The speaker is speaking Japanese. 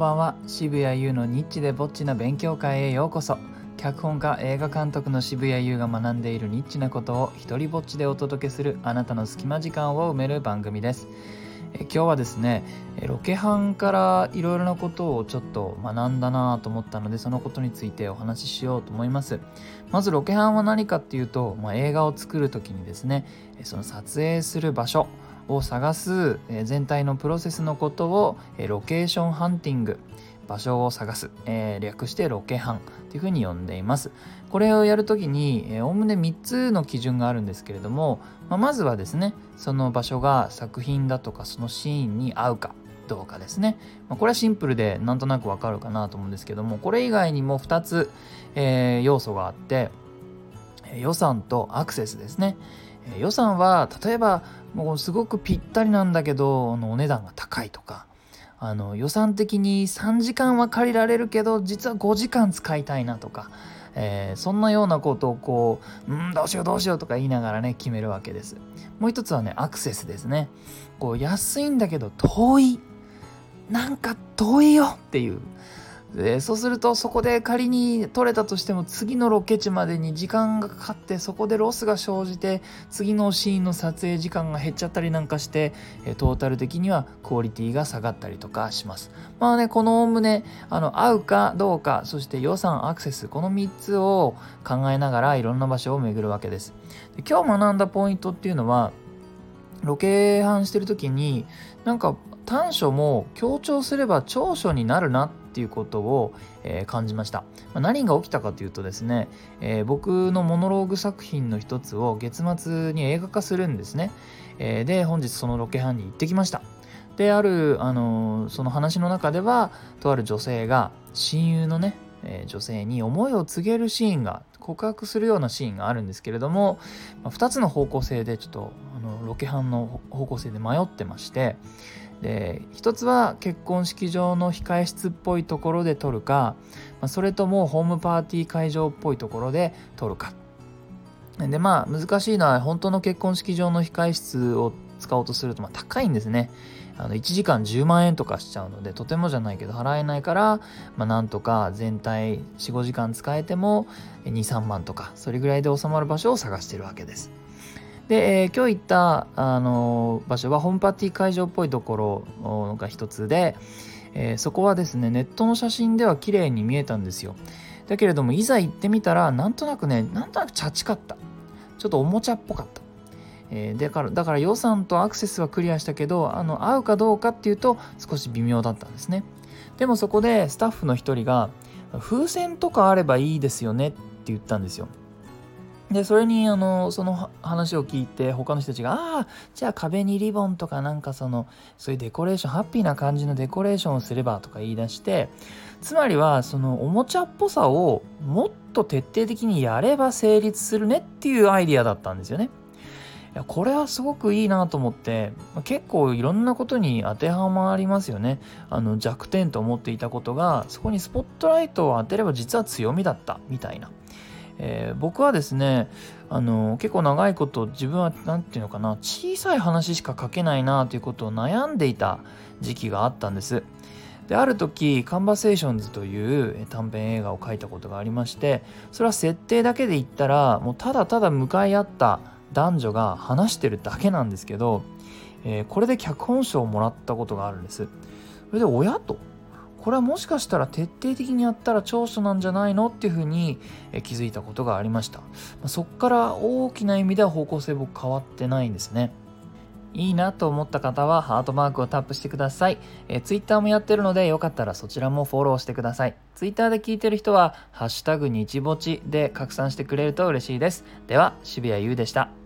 ばんは。渋谷優のニッチでぼっちな勉強会へようこそ。脚本家映画監督の渋谷優が学んでいるニッチなことを一人ぼっちでお届けするあなたの隙間時間を埋める番組です。今日はですね、ロケハンからいろいろなことをちょっと学んだなと思ったので、そのことについてお話ししようと思います。まずロケハンは何かっていうと、映画を作るときにですね、その撮影する場所を探す全体のプロセスのことをロケーションハンティング、場所を探す、略してロケハンというふうに呼んでいます。これをやるときにおおむね3つの基準があるんですけれども、まずはですね、その場所が作品だとかそのシーンに合うかどうかですね。これはシンプルでなんとなくわかるかなと思うんですけども、これ以外にも2つ、要素があって、予算とアクセスですね。予算は例えばもうすごくぴったりなんだけどお値段が高いとか、予算的に3時間は借りられるけど実は5時間使いたいなとか、そんなようなことをどうしようとか言いながらね決めるわけです。もう一つはね、アクセスですね。安いんだけど遠い、なんか遠いよっていう。そうするとそこで仮に撮れたとしても次のロケ地までに時間がかかって、そこでロスが生じて次のシーンの撮影時間が減っちゃったりなんかして、トータル的にはクオリティが下がったりとかします。このおおむね合うかどうか、そして予算、アクセス、この3つを考えながらいろんな場所を巡るわけです。で、今日学んだポイントっていうのは、ロケハンしてる時になんか短所も強調すれば長所になるなっていうことを、感じました。何が起きたかというとですね、僕のモノローグ作品の一つを月末に映画化するんですね。で、本日そのロケハンに行ってきました。で、その話の中では、とある女性が親友のね、女性に思いを告げるシーンが、告白するようなシーンがあるんですけれども、2つの方向性でちょっとロケハンの方向性で迷ってまして、で、一つは結婚式場の控え室っぽいところで撮るか、それともホームパーティー会場っぽいところで撮るかで、難しいのは本当の結婚式場の控え室を使おうとすると高いんですね。1時間10万円とかしちゃうので、とてもじゃないけど払えないから、なんとか全体 4,5 時間使えても 2,3 万とかそれぐらいで収まる場所を探しているわけです。で、今日行った場所はホームパーティー会場っぽいところが一つで、そこはですね、ネットの写真では綺麗に見えたんですよ。だけれどもいざ行ってみたらなんとなくチャチかった。ちょっとおもちゃっぽかった。だから予算とアクセスはクリアしたけど、合うかどうかっていうと少し微妙だったんですね。でもそこでスタッフの一人が、風船とかあればいいですよねって言ったんですよ。で、それにその話を聞いて他の人たちが、じゃあ壁にリボンとかそういうデコレーション、ハッピーな感じのデコレーションをすればとか言い出して、つまりはそのおもちゃっぽさをもっと徹底的にやれば成立するねっていうアイディアだったんですよね。いや、これはすごくいいなと思って、結構いろんなことに当てはまりますよね。弱点と思っていたことがそこにスポットライトを当てれば実は強みだったみたいな。僕はですね、結構長いこと自分は小さい話しか書けないなということを悩んでいた時期があったんです。で、ある時カンバセーションズという短編映画を書いたことがありまして、それは設定だけで言ったらもうただただ向かい合った男女が話してるだけなんですけど、これで脚本賞をもらったことがあるんです。それでこれはもしかしたら徹底的にやったら長所なんじゃないのっていうふうに気づいたことがありました。そっから大きな意味では方向性僕変わってないんですね。いいなと思った方はハートマークをタップしてください。ツイッターもやってるのでよかったらそちらもフォローしてください。ツイッターで聞いてる人はハッシュタグ日ぼちで拡散してくれると嬉しいです。では、渋谷優でした。